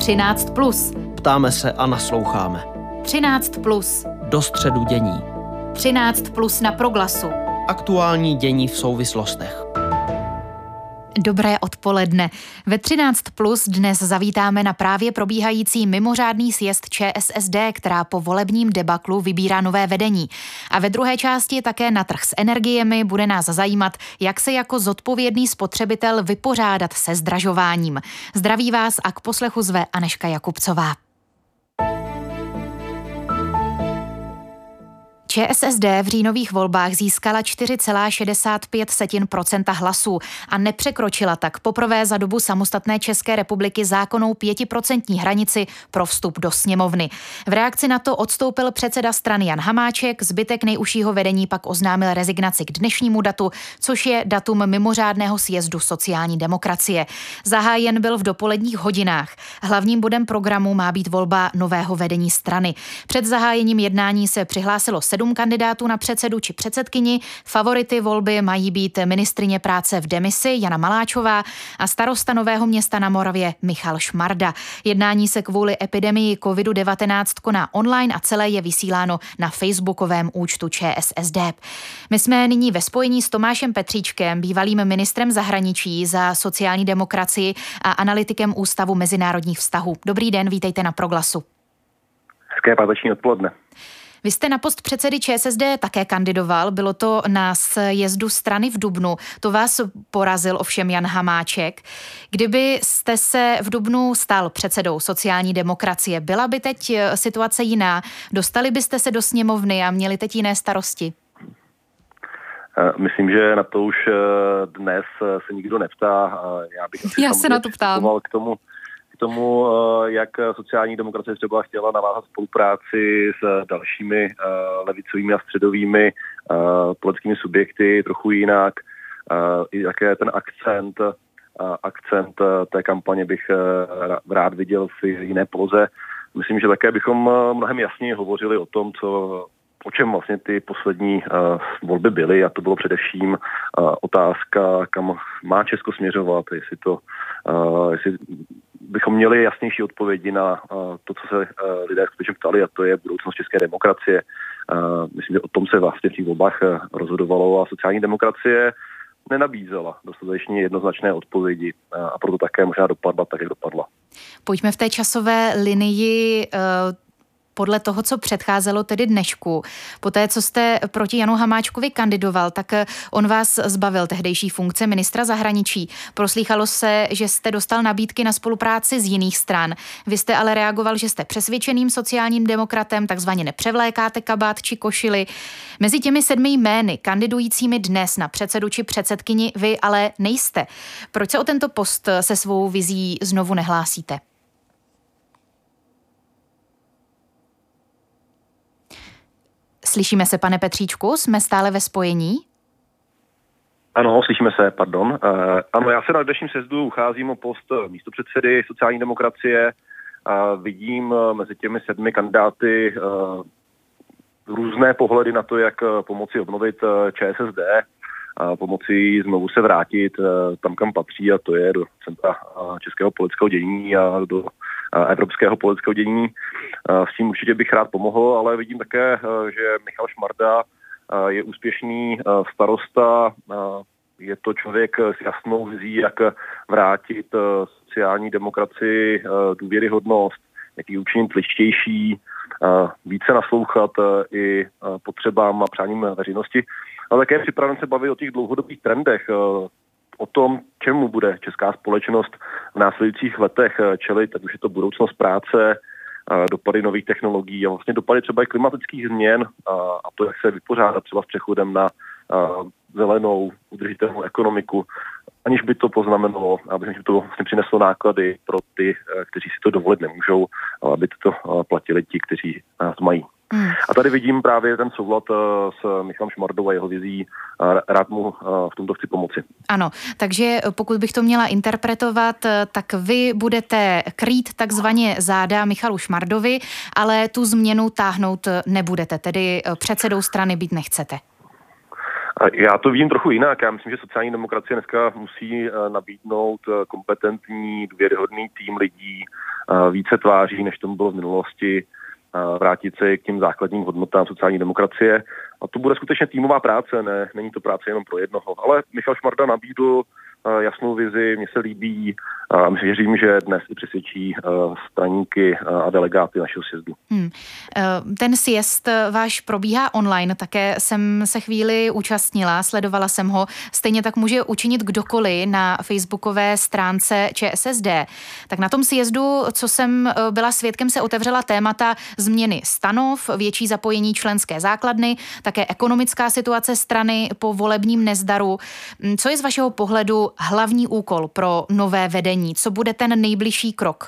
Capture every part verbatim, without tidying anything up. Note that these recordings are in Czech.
třináct plus. Ptáme se a nasloucháme. třináct plus. Do středu dění. třináct plus na Proglasu. Aktuální dění v souvislostech. Dobré odpoledne. Ve třináct plus dnes zavítáme na právě probíhající mimořádný sjezd ČSSD, která po volebním debaklu vybírá nové vedení. A ve druhé části také na trh s energiemi bude nás zajímat, jak se jako zodpovědný spotřebitel vypořádat se zdražováním. Zdraví vás a k poslechu zve Anežka Jakubcová. ČSSD v říjnových volbách získala čtyři celá šedesát pět procenta hlasů a nepřekročila tak poprvé za dobu samostatné České republiky zákonnou pětiprocentní hranici pro vstup do sněmovny. V reakci na to odstoupil předseda strany Jan Hamáček, zbytek nejužšího vedení pak oznámil rezignaci k dnešnímu datu, což je datum mimořádného sjezdu sociální demokracie. Zahájen byl v dopoledních hodinách. Hlavním bodem programu má být volba nového vedení strany. Před zahájením jednání se přihlásilo sedm kandidátů na předsedu či předsedkyni. Favority volby mají být ministryně práce v demisi Jana Maláčová a starosta Nového Města na Moravě Michal Šmarda. Jednání se kvůli epidemii kovid devatenáct koná online a celé je vysíláno na facebookovém účtu ČSSD. My jsme nyní ve spojení s Tomášem Petříčkem, bývalým ministrem zahraničí za sociální demokracii a analytikem Ústavu mezinárodních vztahů. Dobrý den, vítejte na Proglasu. Hezké páteční odpoledne. Vy jste na post předsedy ČSSD také kandidoval, bylo to na sjezdu strany v dubnu. To vás porazil ovšem Jan Hamáček. Kdyby jste se v dubnu stal předsedou sociální demokracie, byla by teď situace jiná? Dostali byste se do sněmovny a měli teď jiné starosti? Myslím, že na to už dnes se nikdo neptá. Já bych asi Já se na to ptám. K tomu, k tomu, jak sociální demokracie třeba chtěla navázat spolupráci s dalšími levicovými a středovými politickými subjekty trochu jinak. I jaké ten akcent, akcent té kampaně bych rád viděl v jiné poloze. Myslím, že také bychom mnohem jasněji hovořili o tom, co o čem vlastně ty poslední uh, volby byly, a to bylo především uh, otázka, kam má Česko směřovat, jestli to, uh, jestli bychom měli jasnější odpovědi na uh, to, co se uh, lidé skutečně ptali, a to je budoucnost české demokracie. Uh, myslím, že o tom se vlastně v těch volbách uh, rozhodovalo a sociální demokracie nenabízela dostatečně jednoznačné odpovědi uh, a proto také možná dopadla tak, jak dopadla. Pojďme v té časové linii uh... podle toho, co předcházelo tedy dnešku. Poté, co jste proti Janu Hamáčkovi kandidoval, tak on vás zbavil tehdejší funkce ministra zahraničí. Proslýchalo se, že jste dostal nabídky na spolupráci z jiných stran. Vy jste ale reagoval, že jste přesvědčeným sociálním demokratem, takzvaně nepřevlékáte kabát či košili. Mezi těmi sedmi jmény kandidujícími dnes na předsedu či předsedkyni vy ale nejste. Proč se o tento post se svou vizí znovu nehlásíte? Slyšíme se, pane Petříčku? Jsme stále ve spojení? Ano, slyšíme se, pardon. Uh, ano, já se na dnešním sjezdu ucházím o post místopředsedy sociální demokracie. Uh, vidím uh, mezi těmi sedmi kandidáty uh, různé pohledy na to, jak uh, pomoci obnovit uh, ČSSD, uh, pomoci znovu se vrátit uh, tam, kam patří, a to je do centra uh, českého politického dění a do evropského politického dění. S tím určitě bych rád pomohl, ale vidím také, že Michal Šmarda je úspěšný starosta, je to člověk s jasnou vizí, jak vrátit sociální demokracii důvěryhodnost, jak ji učinit ličtější, více naslouchat i potřebám a přáním veřejnosti, ale také připraven se bavit o těch dlouhodobých trendech, o tom, čemu bude česká společnost v následujících letech čelit, ať už je to budoucnost práce, dopady nových technologií a vlastně dopady třeba i klimatických změn a to, jak se vypořádat třeba s přechodem na zelenou, udržitelnou ekonomiku, aniž by to poznamenalo, aby to vlastně přineslo náklady pro ty, kteří si to dovolit nemůžou, ale aby to platili ti, kteří to mají. Hmm. A tady vidím právě ten soulad s Michalem Šmardou a jeho vizí. Rád mu v tomto chci pomoci. Ano, takže pokud bych to měla interpretovat, tak vy budete krýt takzvaně záda Michalu Šmardovi, ale tu změnu táhnout nebudete, tedy předsedou strany být nechcete. Já to vidím trochu jinak. Já myslím, že sociální demokracie dneska musí nabídnout kompetentní, důvěryhodný tým lidí, více tváří, než tomu bylo v minulosti, vrátit se k těm základním hodnotám sociální demokracie. A to bude skutečně týmová práce, ne, není to práce jenom pro jednoho. Ale Michal Šmarda nabídl jasnou vizi, mně se líbí a věřím, že dnes i přesvědčí straníky a delegáty našeho sjezdu. Hmm. Ten sjezd váš probíhá online, také jsem se chvíli účastnila, sledovala jsem ho. Stejně tak může učinit kdokoliv na facebookové stránce ČSSD. Tak na tom sjezdu, co jsem byla svědkem, se otevřela témata změny stanov, větší zapojení členské základny, také ekonomická situace strany po volebním nezdaru. Co je z vašeho pohledu hlavní úkol pro nové vedení? Co bude ten nejbližší krok?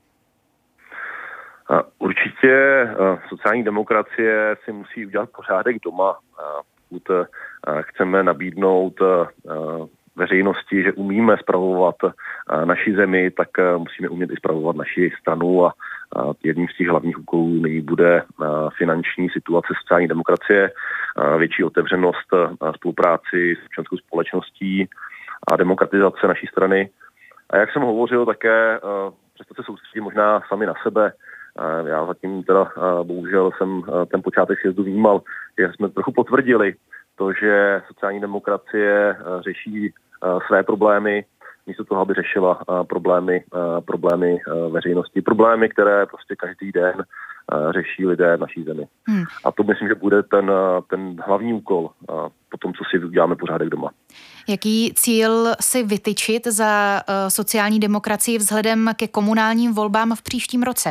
Určitě sociální demokracie si musí udělat pořádek doma. Pokud chceme nabídnout veřejnosti, že umíme spravovat naši zemi, tak musíme umět i spravovat naši stranu a jedním z těch hlavních úkolů nyní bude finanční situace sociální demokracie, větší otevřenost spolupráci s občanskou společností a demokratizace naší strany. A jak jsem hovořil, také přesto se soustředit možná sami na sebe. Já zatím teda bohužel jsem ten počátek sjezdu vnímal, že jsme trochu potvrdili to, že sociální demokracie řeší své problémy, místo toho, aby řešila problémy, problémy veřejnosti, problémy, které prostě každý den řeší lidé v naší zemi. Hmm. A to myslím, že bude ten, ten hlavní úkol po tom, co si uděláme pořádek doma. Jaký cíl si vytyčit za sociální demokracii vzhledem ke komunálním volbám v příštím roce?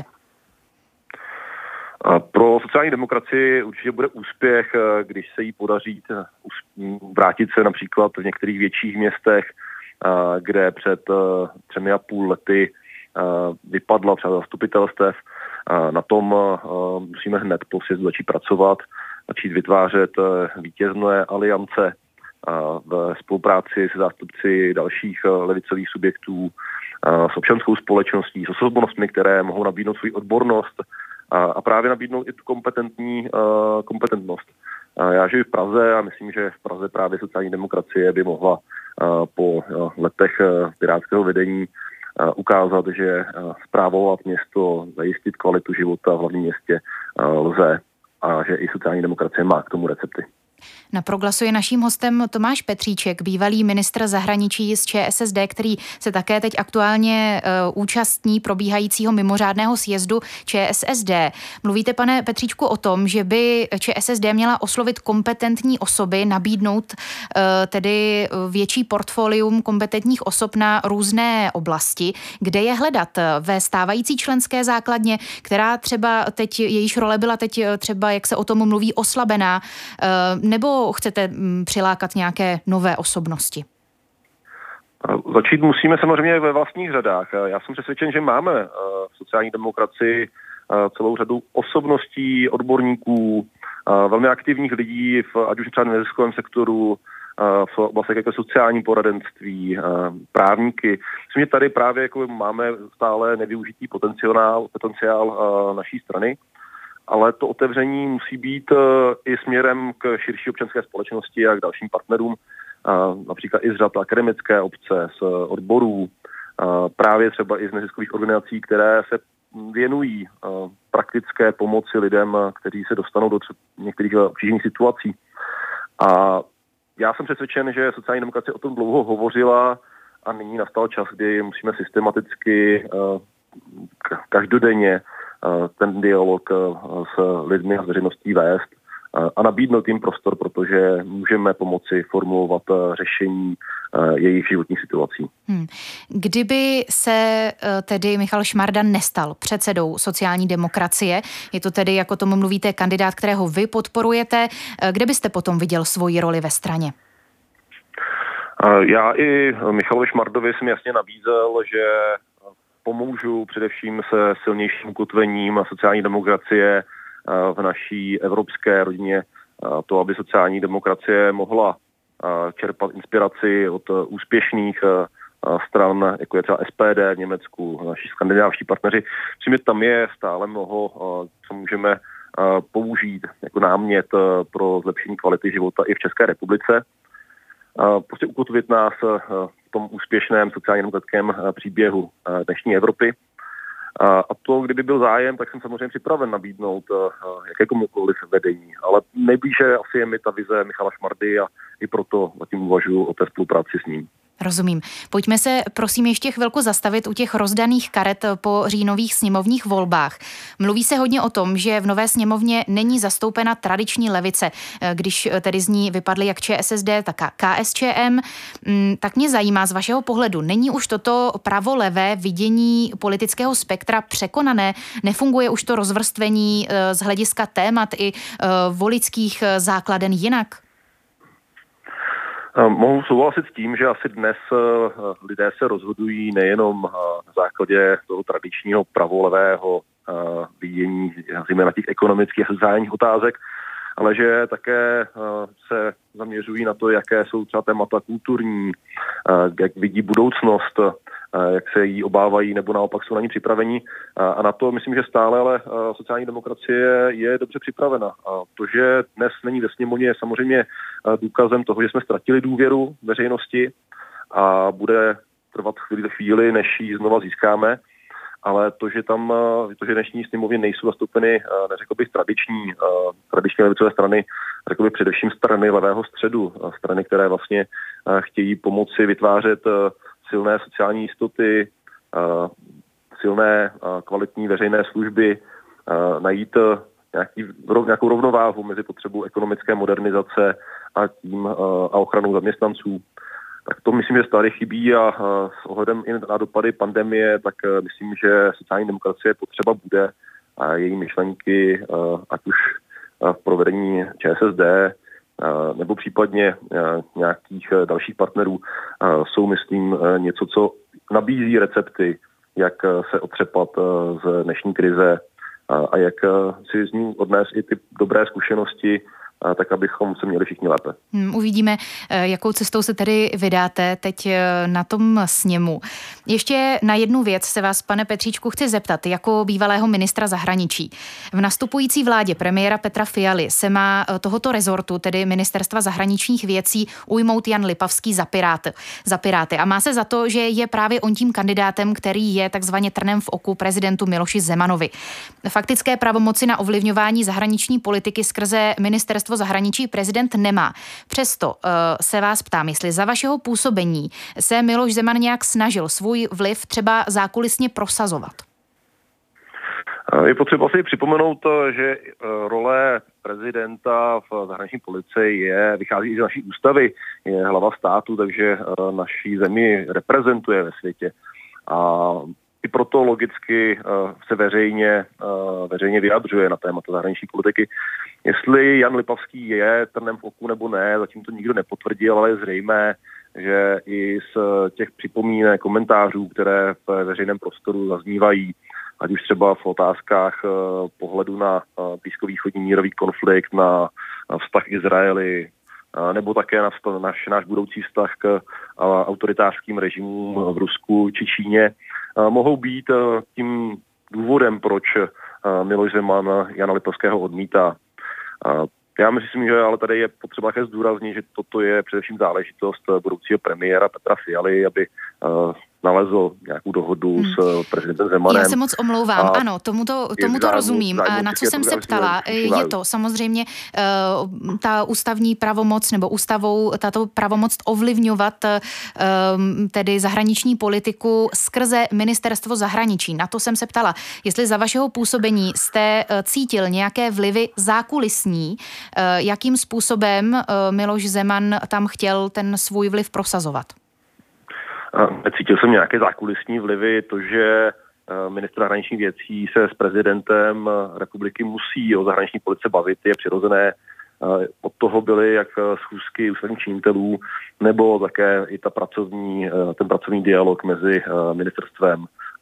Pro sociální demokracii určitě bude úspěch, když se jí podaří vrátit se například v některých větších městech, kde před třemi a půl lety vypadla třeba zastupitelstev. Na tom musíme hned po sjezdu začít pracovat, začít vytvářet vítězné aliance v spolupráci se zástupci dalších levicových subjektů, s občanskou společností, s osobnostmi, které mohou nabídnout svou odbornost a právě nabídnout i tu kompetentní kompetentnost. Já žiju v Praze a myslím, že v Praze právě sociální demokracie by mohla po letech pirátského vedení ukázat, že správovat město, zajistit kvalitu života v hlavním městě lze a že i sociální demokracie má k tomu recepty. Na Proglasu je naším hostem Tomáš Petříček, bývalý ministr zahraničí z ČSSD, který se také teď aktuálně uh, účastní probíhajícího mimořádného sjezdu ČSSD. Mluvíte, pane Petříčku, o tom, že by ČSSD měla oslovit kompetentní osoby, nabídnout uh, tedy větší portfolium kompetentních osob na různé oblasti. Kde je hledat? Ve stávající členské základně, která třeba teď, jejíž role byla teď třeba, jak se o tom mluví, oslabená, uh, nebo chcete přilákat nějaké nové osobnosti? Začít musíme samozřejmě ve vlastních řadách. Já jsem přesvědčen, že máme v sociální demokracii celou řadu osobností, odborníků, velmi aktivních lidí, v, ať už třeba v neziskovém sektoru, v oblastech jako sociální poradenství, právníky. Myslím, že tady právě jako máme stále nevyužitý potenciál, potenciál naší strany. Ale to otevření musí být i směrem k širší občanské společnosti a k dalším partnerům, například i z řad akademické obce, z odborů, právě třeba i z neziskových organizací, které se věnují praktické pomoci lidem, kteří se dostanou do některých obtížných situací. A já jsem přesvědčen, že sociální demokracie o tom dlouho hovořila a nyní nastal čas, kdy musíme systematicky každodenně ten dialog s lidmi a s veřejností vést a nabídnout jim prostor, protože můžeme pomoci formulovat řešení jejich životních situací. Hmm. Kdyby se tedy Michal Šmarda nestal předsedou sociální demokracie, je to tedy, jako tomu mluvíte, kandidát, kterého vy podporujete, kde byste potom viděl svoji roli ve straně? Já i Michalovi Šmardovi jsem jasně nabízel, že pomůžu především se silnějším ukotvením sociální demokracie v naší evropské rodině, to, aby sociální demokracie mohla čerpat inspiraci od úspěšných stran, jako je třeba S P D v Německu, naši skandinávští partneři. Myslím, že tam je stále mnoho, co můžeme použít jako námět pro zlepšení kvality života i v České republice. Prostě ukotvit nás v tom úspěšném sociálně demokratickém příběhu dnešní Evropy. A to, kdyby byl zájem, tak jsem samozřejmě připraven nabídnout jakékomukoliv vedení. Ale nejblíže asi je mi ta vize Michala Šmardy a i proto zatím uvažuji o té spolupráci s ním. Rozumím. Pojďme se prosím ještě chvilku zastavit u těch rozdaných karet po říjnových sněmovních volbách. Mluví se hodně o tom, že v nové sněmovně není zastoupena tradiční levice, když tedy z ní vypadly jak ČSSD, tak KSČM. Tak mě zajímá z vašeho pohledu, není už toto pravo-levé vidění politického spektra překonané? Nefunguje už to rozvrstvení z hlediska témat i voličských základen jinak? Mohu souhlasit s tím, že asi dnes lidé se rozhodují nejenom na základě toho tradičního pravolevého vidění, zejména těch ekonomických a sociálních otázek, ale že také se zaměřují na to, jaké jsou třeba témata kulturní, jak vidí budoucnost, jak se jí obávají nebo naopak jsou na ní připraveni. A na to myslím, že stále ale sociální demokracie je dobře připravena. A to, že dnes není ve sněmovně, je samozřejmě důkazem toho, že jsme ztratili důvěru veřejnosti a bude trvat chvíli, chvíli než ji znova získáme. Ale to, že tam, to, že dnešní sněmovně nejsou zastoupeny, neřekl bych tradiční, tradiční levicové strany, řekl bych především strany levého středu, strany, které vlastně chtějí pomoci vytvářet silné sociální jistoty, silné kvalitní veřejné služby, najít nějaký, nějakou rovnováhu mezi potřebou ekonomické modernizace a tím a ochranou zaměstnanců. Tak to myslím, že stále chybí a s ohledem i na dopady pandemie, tak myslím, že sociální demokracie potřeba bude a její myšlenky, ať už v provedení ČSSD nebo případně nějakých dalších partnerů, jsou, myslím, něco, co nabízí recepty, jak se otřepat z dnešní krize a jak si z ní odnést i ty dobré zkušenosti, tak abychom se měli všichni lépe. Hmm, uvidíme, jakou cestou se tedy vydáte teď na tom sněmu. Ještě na jednu věc se vás, pane Petříčku, chci zeptat, jako bývalého ministra zahraničí. V nastupující vládě premiéra Petra Fialy se má tohoto rezortu, tedy ministerstva zahraničních věcí, ujmout Jan Lipavský za Piráty. za Piráty. A má se za to, že je právě on tím kandidátem, který je takzvaně trnem v oku prezidentu Miloši Zemanovi. Faktické pravomoci na ovlivňování zahraniční politiky skrze ministerstvo zahraničí prezident nemá. Přesto uh, se vás ptám, jestli za vašeho působení se Miloš Zeman nějak snažil svůj vliv třeba zákulisně prosazovat. Je potřeba si připomenout, že role prezidenta v zahraniční politice je, vychází i z naší ústavy, je hlava státu, takže naší zemi reprezentuje ve světě. A i proto logicky se veřejně, veřejně vyjadřuje na témata zahraniční politiky. Jestli Jan Lipavský je trnem v oku nebo ne, zatím to nikdo nepotvrdil, ale je zřejmé, že i z těch připomínek, komentářů, které v veřejném prostoru zaznívají, ať už třeba v otázkách pohledu na blízkovýchodní mírový konflikt, na vztah k Izraeli, nebo také na vztah, naš, náš budoucí vztah k autoritářským režimům v Rusku či Číně, mohou být tím důvodem, proč Miloš Zeman Jana Lipavského odmítá. Já myslím, že ale tady je potřeba také zdůraznit, že toto je především záležitost budoucího premiéra Petra Fialy, aby nalezl nějakou dohodu hmm. s prezidentem Zemanem. Já se moc omlouvám, a ano, tomuto, tomuto rozumím. Zájmu, na co jsem se ptala, je to samozřejmě uh, ta ústavní pravomoc nebo ústavou tato pravomoc ovlivňovat uh, tedy zahraniční politiku skrze ministerstvo zahraničí. Na to jsem se ptala, jestli za vašeho působení jste uh, cítil nějaké vlivy zákulisní, uh, jakým způsobem uh, Miloš Zeman tam chtěl ten svůj vliv prosazovat? Cítil jsem nějaké zákulisní vlivy, to, že ministr zahraničních věcí se s prezidentem republiky musí o zahraniční politice bavit, je přirozené. Od toho byly jak schůzky ústavních činitelů, nebo také i ta pracovní, ten pracovní dialog mezi ministerstvem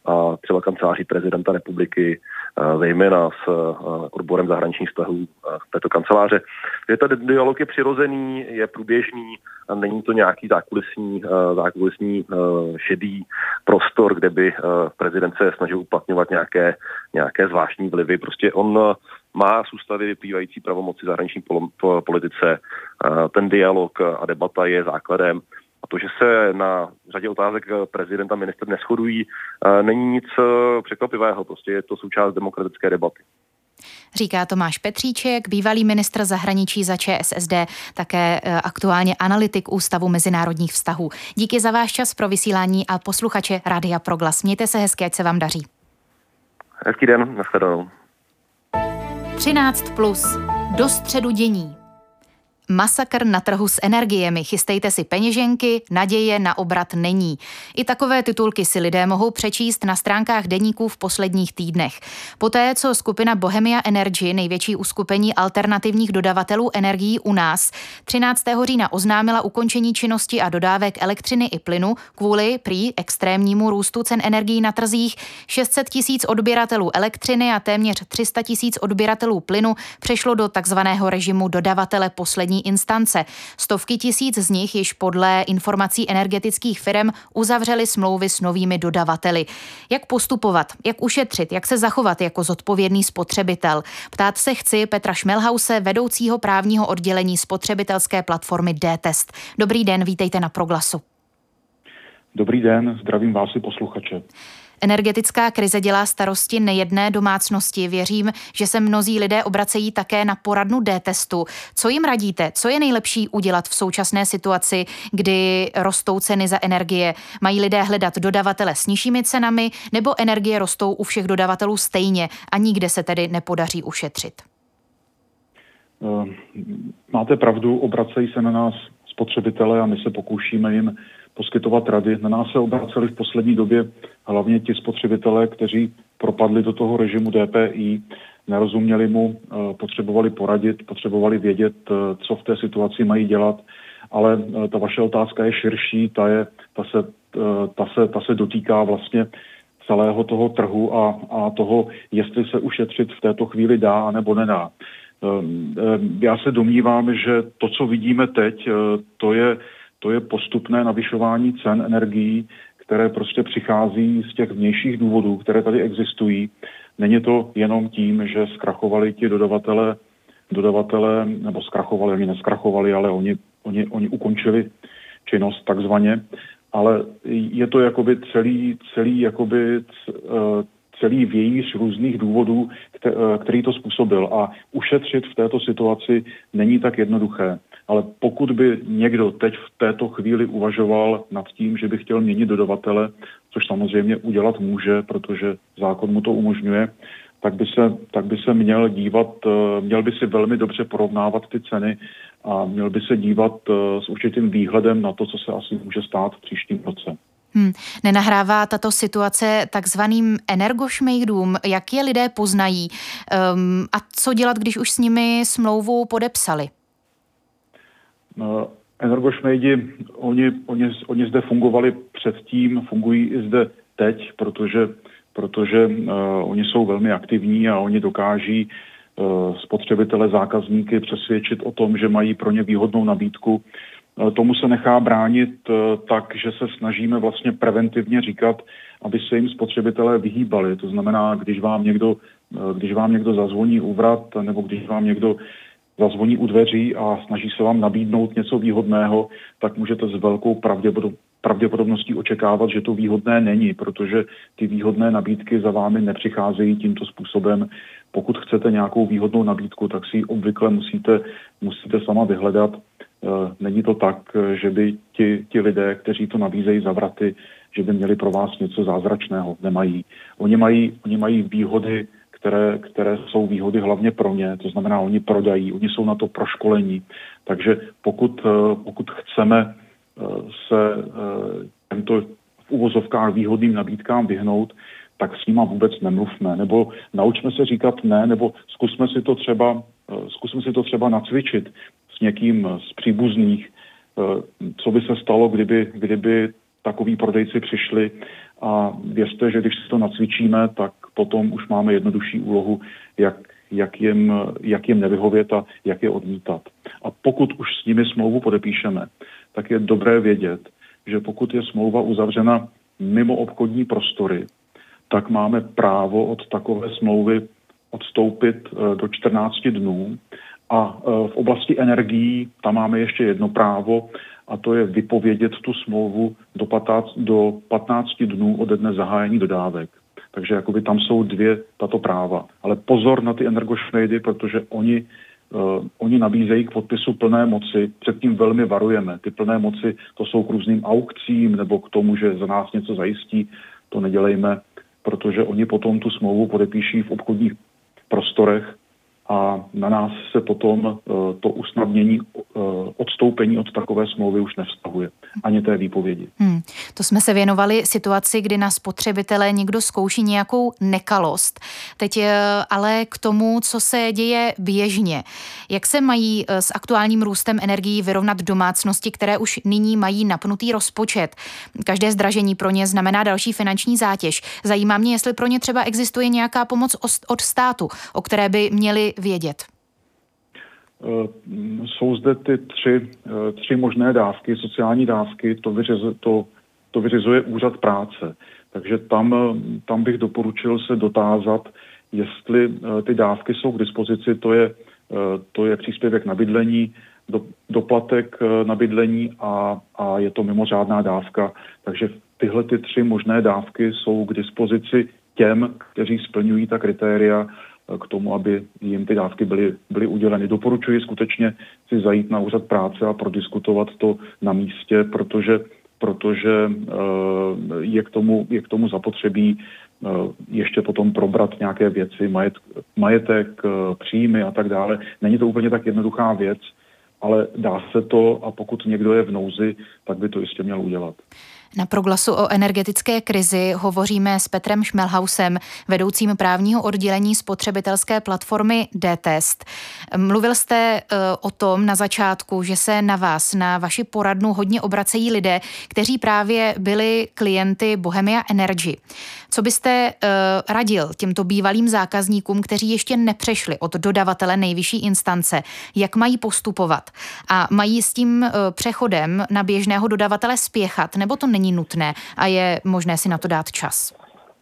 a třeba kanceláří prezidenta republiky, zejména s odborem zahraničních vztahů této kanceláře. Že ten dialog je přirozený, je průběžný a není to nějaký zákulisní, zákulisní šedý prostor, kde by prezident se snažil uplatňovat nějaké, nějaké zvláštní vlivy. Prostě on má z ústavy vyplývající pravomoci zahraniční politice. Ten dialog a debata je základem. A to, že se na řadě otázek prezident a ministr neshodují, není nic překvapivého. Prostě je to součást demokratické debaty. Říká Tomáš Petříček, bývalý ministr zahraničí za ČSSD, také aktuálně analytik Ústavu mezinárodních vztahů. Díky za váš čas pro vysílání a posluchače Rádia Proglas. Mějte se hezky, ať se vám daří. Hezký den, nashledanou. třináct plus. Do středu dění. Masakr na trhu s energiemi, chystejte si peněženky, naděje na obrat není. I takové titulky si lidé mohou přečíst na stránkách deníků v posledních týdnech. Poté, co skupina Bohemia Energy, největší uskupení alternativních dodavatelů energií u nás, třináctého října oznámila ukončení činnosti a dodávek elektřiny i plynu kvůli prý extrémnímu růstu cen energií na trzích, šest set tisíc odběratelů elektřiny a téměř tři sta tisíc odběratelů plynu přešlo do takzvaného režimu dodavatele poslední instance. Stovky tisíc z nich již podle informací energetických firm uzavřely smlouvy s novými dodavateli. Jak postupovat, jak ušetřit, jak se zachovat jako zodpovědný spotřebitel? Ptát se chci Petra Šmelhause, vedoucího právního oddělení spotřebitelské platformy D-Test. Dobrý den, vítejte na Proglasu. Dobrý den, zdravím vás i posluchače. Energetická krize dělá starosti nejedné domácnosti. Věřím, že se mnozí lidé obracejí také na poradnu D-Testu. Co jim radíte? Co je nejlepší udělat v současné situaci, kdy rostou ceny za energie? Mají lidé hledat dodavatele s nižšími cenami, nebo energie rostou u všech dodavatelů stejně a nikde se tedy nepodaří ušetřit? Máte pravdu, obracejí se na nás spotřebitele a my se pokoušíme jim poskytovat rady. Na nás se obraceli v poslední době hlavně ti spotřebitelé, kteří propadli do toho režimu D P I, nerozuměli mu, potřebovali poradit, potřebovali vědět, co v té situaci mají dělat, ale ta vaše otázka je širší, ta, je, ta, se, ta, se, ta se dotýká vlastně celého toho trhu a, a toho, jestli se ušetřit v této chvíli dá nebo nedá. Já se domnívám, že to, co vidíme teď, to je To je postupné navyšování cen energií, které prostě přichází z těch vnějších důvodů, které tady existují. Není to jenom tím, že zkrachovali ti dodavatele, dodavatele nebo zkrachovali, oni neskrachovali, ale oni, oni, oni ukončili činnost takzvaně, ale je to jakoby celý, celý, jakoby celý vějíř různých důvodů, který to způsobil. A ušetřit v této situaci není tak jednoduché. Ale pokud by někdo teď v této chvíli uvažoval nad tím, že by chtěl měnit dodavatele, což samozřejmě udělat může, protože zákon mu to umožňuje, tak by se, tak by se měl dívat, měl by si velmi dobře porovnávat ty ceny a měl by se dívat s určitým výhledem na to, co se asi může stát v příštím roce. Hmm. Nenahrává tato situace takzvaným energošmejdům? Jak je lidé poznají? Um, a co dělat, když už s nimi smlouvu podepsali? No, energošmejdi, oni, oni, oni zde fungovali předtím, fungují i zde teď, protože, protože uh, oni jsou velmi aktivní a oni dokáží uh, spotřebitele, zákazníky přesvědčit o tom, že mají pro ně výhodnou nabídku. Uh, tomu se nechá bránit uh, tak, že se snažíme vlastně preventivně říkat, aby se jim spotřebitelé vyhýbali. To znamená, když vám někdo, uh, když vám někdo zazvoní úvrat, nebo když vám někdo zazvoní u dveří a snaží se vám nabídnout něco výhodného, tak můžete s velkou pravděpodobností očekávat, že to výhodné není, protože ty výhodné nabídky za vámi nepřicházejí tímto způsobem. Pokud chcete nějakou výhodnou nabídku, tak si ji obvykle musíte, musíte sama vyhledat. Není to tak, že by ti, ti lidé, kteří to nabízejí za vraty, že by měli pro vás něco zázračného. Nemají. Oni mají, oni mají výhody, Které, které jsou výhody hlavně pro ně, to znamená, oni prodají, oni jsou na to proškolení. Takže pokud, pokud chceme se těmto v uvozovkách výhodným nabídkám vyhnout, tak s nima vůbec nemluvme, nebo naučme se říkat ne, nebo zkusme si to třeba, zkusme si to třeba nacvičit s někým z příbuzných, co by se stalo, kdyby, kdyby takoví prodejci přišli a věřte, že když si to nacvičíme, tak potom už máme jednodušší úlohu, jak, jak, jim, jak jim nevyhovět a jak je odmítat. A pokud už s nimi smlouvu podepíšeme, tak je dobré vědět, že pokud je smlouva uzavřena mimo obchodní prostory, tak máme právo od takové smlouvy odstoupit do čtrnácti dnů. A v oblasti energií tam máme ještě jedno právo, a to je vypovědět tu smlouvu do patnácti dnů ode dne zahájení dodávek. Takže jakoby tam jsou dvě tato práva. Ale pozor na ty energošmejdy, protože oni, uh, oni nabízejí k podpisu plné moci. Předtím velmi varujeme. Ty plné moci, to jsou k různým aukcím nebo k tomu, že za nás něco zajistí. To nedělejme, protože oni potom tu smlouvu podepíší v obchodních prostorech a na nás se potom uh, to usnadnění uh, odstoupení od takové smlouvy už nevztahuje. Ani té výpovědi. Hmm. To jsme se věnovali situaci, kdy na spotřebitele někdo zkouší nějakou nekalost. Teď ale k tomu, co se děje běžně. Jak se mají s aktuálním růstem energií vyrovnat domácnosti, které už nyní mají napnutý rozpočet? Každé zdražení pro ně znamená další finanční zátěž. Zajímá mě, jestli pro ně třeba existuje nějaká pomoc od státu, o které by měli vědět. Jsou zde ty tři, tři možné dávky, sociální dávky, to, vyřizuje, to, to vyřizuje úřad práce. Takže tam, tam bych doporučil se dotázat, jestli ty dávky jsou k dispozici, to je, to je příspěvek na bydlení, do, doplatek na bydlení a, a je to mimořádná dávka. Takže tyhle ty tři možné dávky jsou k dispozici těm, kteří splňují ta kritéria k tomu, aby jim ty dávky byly, byly uděleny. Doporučuji skutečně si zajít na úřad práce a prodiskutovat to na místě, protože, protože je, k tomu, je k tomu zapotřebí ještě potom probrat nějaké věci, majet, majetek, příjmy a tak dále. Není to úplně tak jednoduchá věc, ale dá se to a pokud někdo je v nouzi, tak by to jistě měl udělat. Na Proglasu o energetické krizi hovoříme s Petrem Šmelhausem, vedoucím právního oddělení spotřebitelské platformy D-Test. Mluvil jste uh, o tom na začátku, že se na vás, na vaši poradnu hodně obracejí lidé, kteří právě byli klienty Bohemia Energy. Co byste uh, radil těmto bývalým zákazníkům, kteří ještě nepřešli od dodavatele nejvyšší instance, jak mají postupovat? A mají s tím uh, přechodem na běžného dodavatele spěchat, nebo to není nutné a je možné si na to dát čas?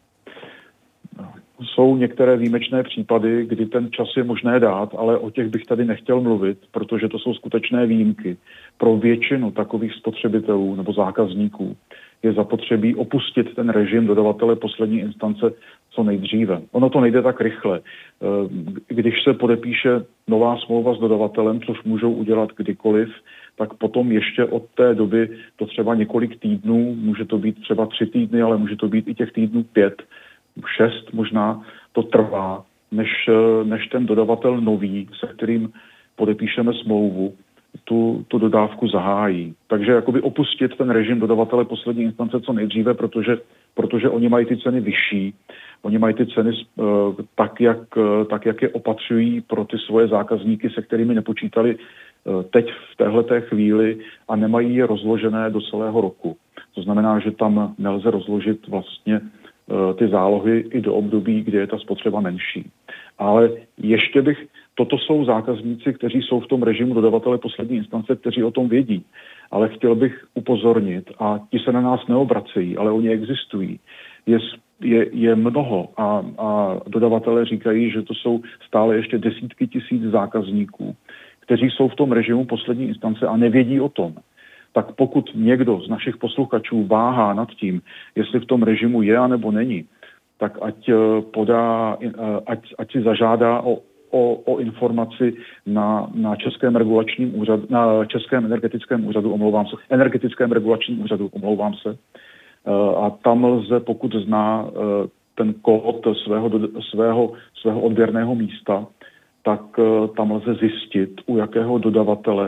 Jsou některé výjimečné případy, kdy ten čas je možné dát, ale o těch bych tady nechtěl mluvit, protože to jsou skutečné výjimky. Pro většinu takových spotřebitelů nebo zákazníků je zapotřebí opustit ten režim dodavatele poslední instance co nejdříve. Ono to nejde tak rychle. Když se podepíše nová smlouva s dodavatelem, což můžou udělat kdykoliv, tak potom ještě od té doby to třeba několik týdnů, může to být třeba tři týdny, ale může to být i těch týdnů pět, šest možná, to trvá, než, než ten dodavatel nový, se kterým podepíšeme smlouvu, tu, tu dodávku zahájí. Takže jakoby opustit ten režim dodavatele poslední instance co nejdříve, protože, protože oni mají ty ceny vyšší, oni mají ty ceny uh, tak, jak, uh, tak, jak je opatřují pro ty svoje zákazníky, se kterými nepočítali uh, teď v téhleté chvíli a nemají je rozložené do celého roku. To znamená, že tam nelze rozložit vlastně uh, ty zálohy i do období, kdy je ta spotřeba menší. Ale ještě bych, toto jsou zákazníci, kteří jsou v tom režimu dodavatele poslední instance, kteří o tom vědí. Ale chtěl bych upozornit, a ti se na nás neobracejí, ale oni existují. Je, je, je mnoho a, a dodavatelé říkají, že to jsou stále ještě desítky tisíc zákazníků, kteří jsou v tom režimu poslední instance a nevědí o tom. Tak pokud někdo z našich posluchačů váhá nad tím, jestli v tom režimu je anebo není, tak ať podá, ať, ať si zažádá o, o, o informaci na, na Českém regulačním úřadu, na Českém energetickém úřadu, omlouvám se, energetickém regulačním úřadu, omlouvám se. A tam lze, pokud zná ten kód svého, svého, svého odběrného místa, tak tam lze zjistit, u jakého dodavatele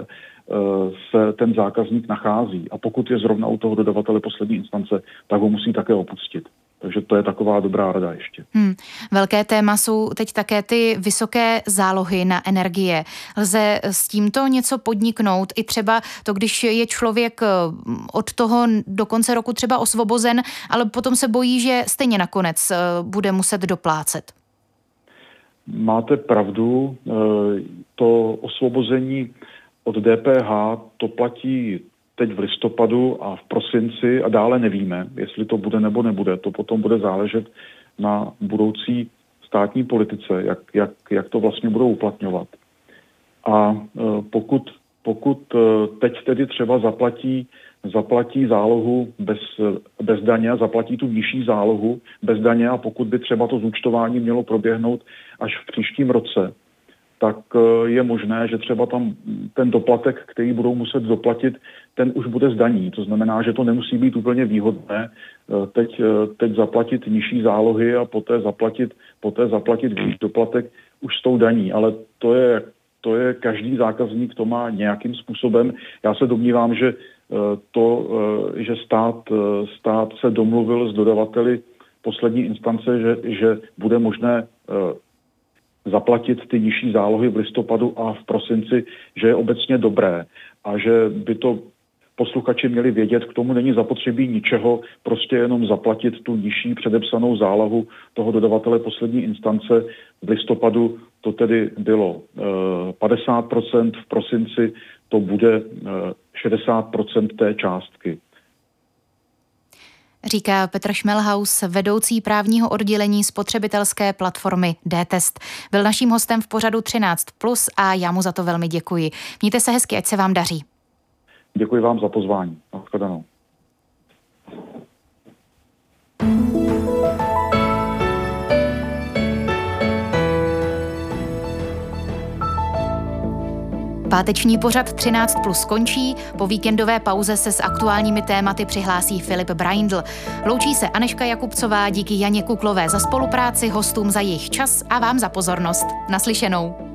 se ten zákazník nachází. A pokud je zrovna u toho dodavatele poslední instance, tak ho musí také opustit. Takže to je taková dobrá rada ještě. Hmm. Velké téma jsou teď také ty vysoké zálohy na energie. Lze s tímto něco podniknout? I třeba to, když je člověk od toho do konce roku třeba osvobozen, ale potom se bojí, že stejně nakonec bude muset doplácet. Máte pravdu. To osvobození od D P H to platí teď v listopadu a v prosinci a dále nevíme, jestli to bude nebo nebude. To potom bude záležet na budoucí státní politice, jak, jak, jak to vlastně budou uplatňovat. A pokud, pokud teď tedy třeba zaplatí, zaplatí zálohu bez, bez daně a zaplatí tu nižší zálohu bez daně a pokud by třeba to zúčtování mělo proběhnout až v příštím roce, tak je možné, že třeba tam ten doplatek, který budou muset doplatit, ten už bude z daní. To znamená, že to nemusí být úplně výhodné teď, teď zaplatit nižší zálohy a poté zaplatit, poté zaplatit výš doplatek už s tou daní. Ale to je, to je každý zákazník, to má nějakým způsobem. Já se domnívám, že to, že stát, stát se domluvil s dodavateli poslední instance, že, že bude možné zaplatit ty nižší zálohy v listopadu a v prosinci, že je obecně dobré a že by to posluchači měli vědět, k tomu není zapotřebí ničeho, prostě jenom zaplatit tu nižší předepsanou zálohu toho dodavatele poslední instance. V listopadu to tedy bylo padesát procent, v prosinci to bude šedesát procent té částky. Říká Petr Šmelhaus, vedoucí právního oddělení spotřebitelské platformy D-Test. Byl naším hostem v pořadu třináct plus a já mu za to velmi děkuji. Mějte se hezky, ať se vám daří. Děkuji vám za pozvání. Nashledanou. Páteční pořad třináct plus končí, po víkendové pauze se s aktuálními tématy přihlásí Filip Braindl. Loučí se Anežka Jakubcová, díky Janě Kuklové za spolupráci, hostům za jejich čas a vám za pozornost. Naslyšenou.